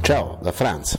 Ciao, da Franz.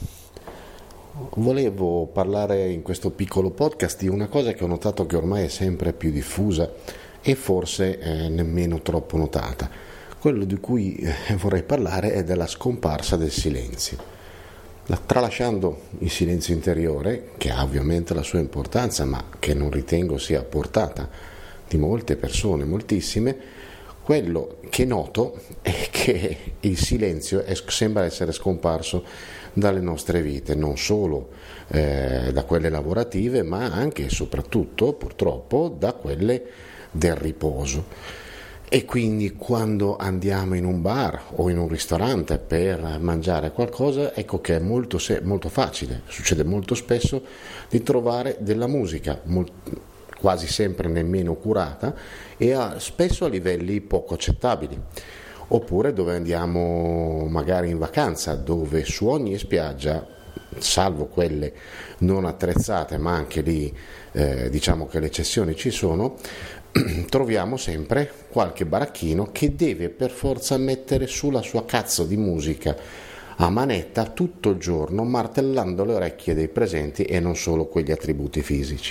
Volevo parlare in questo piccolo podcast di una cosa che ho notato che ormai è sempre più diffusa e forse nemmeno troppo notata. Quello di cui vorrei parlare è della scomparsa del silenzio. Tralasciando il silenzio interiore, che ha ovviamente la sua importanza, ma che non ritengo sia a portata di molte persone, moltissime, quello che noto è che il silenzio sembra essere scomparso dalle nostre vite, non solo da quelle lavorative, ma anche e soprattutto, purtroppo, da quelle del riposo. E quindi quando andiamo in un bar o in un ristorante per mangiare qualcosa, ecco che è molto facile, succede molto spesso, di trovare della musica quasi sempre nemmeno curata e spesso a livelli poco accettabili, oppure dove andiamo magari in vacanza, dove su ogni spiaggia, salvo quelle non attrezzate, ma anche lì diciamo che le eccezioni ci sono, troviamo sempre qualche baracchino che deve per forza mettere su la sua cazzo di musica a manetta tutto il giorno, martellando le orecchie dei presenti e non solo quegli attributi fisici.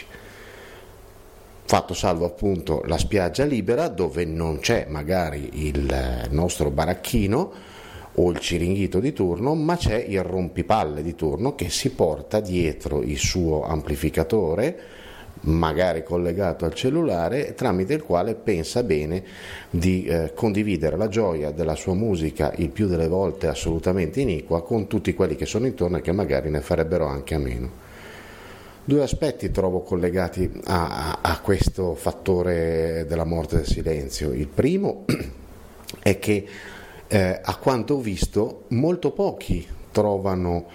Fatto salvo appunto la spiaggia libera, dove non c'è magari il nostro baracchino o il ciringhito di turno, ma c'è il rompipalle di turno che si porta dietro il suo amplificatore, magari collegato al cellulare, tramite il quale pensa bene di condividere la gioia della sua musica, il più delle volte assolutamente iniqua, con tutti quelli che sono intorno e che magari ne farebbero anche a meno. Due aspetti trovo collegati a questo fattore della morte del silenzio. Il primo è che a quanto ho visto molto pochi trovano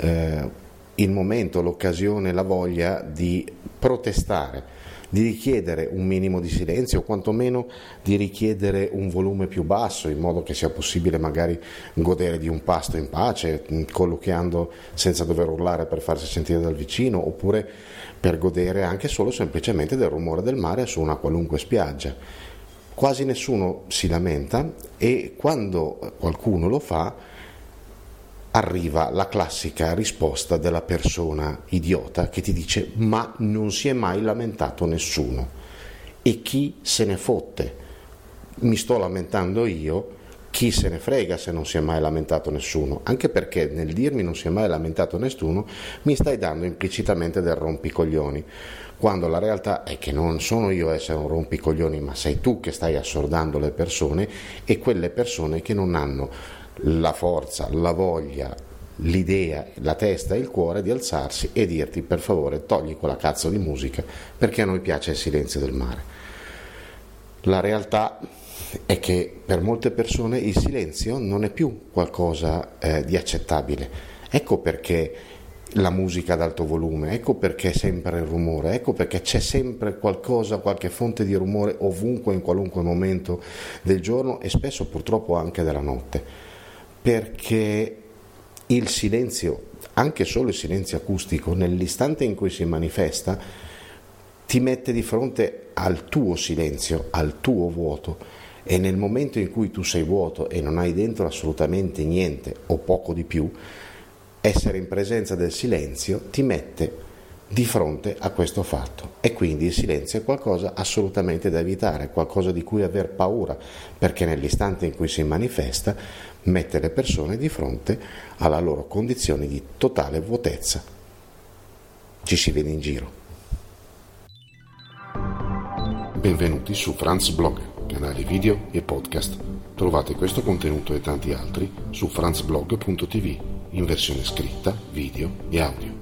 il momento, l'occasione, la voglia di protestare, di richiedere un minimo di silenzio o quantomeno di richiedere un volume più basso, in modo che sia possibile magari godere di un pasto in pace, colloquiando senza dover urlare per farsi sentire dal vicino, oppure per godere anche solo semplicemente del rumore del mare su una qualunque spiaggia. Quasi nessuno si lamenta e quando qualcuno lo fa arriva la classica risposta della persona idiota che ti dice: ma non si è mai lamentato nessuno. E chi se ne fotte? Mi sto lamentando io, chi se ne frega se non si è mai lamentato nessuno? Anche perché nel dirmi non si è mai lamentato nessuno mi stai dando implicitamente del rompicoglioni, quando la realtà è che non sono io a essere un rompicoglioni, ma sei tu che stai assordando le persone, e quelle persone che non hanno la forza, la voglia, l'idea, la testa e il cuore di alzarsi e dirti: per favore togli quella cazzo di musica perché a noi piace il silenzio del mare. La realtà è che per molte persone il silenzio non è più qualcosa di accettabile. Ecco perché la musica ad alto volume, ecco perché sempre il rumore, ecco perché c'è sempre qualcosa, qualche fonte di rumore ovunque, in qualunque momento del giorno e spesso purtroppo anche della notte. Perché il silenzio, anche solo il silenzio acustico, nell'istante in cui si manifesta, ti mette di fronte al tuo silenzio, al tuo vuoto, e nel momento in cui tu sei vuoto e non hai dentro assolutamente niente o poco di più, essere in presenza del silenzio ti mette di fronte a questo fatto, e quindi il silenzio è qualcosa assolutamente da evitare, qualcosa di cui aver paura, perché nell'istante in cui si manifesta mette le persone di fronte alla loro condizione di totale vuotezza. Ci si vede in giro. Benvenuti su Franz Blog, canale video e podcast. Trovate questo contenuto e tanti altri su franzblog.tv in versione scritta, video e audio.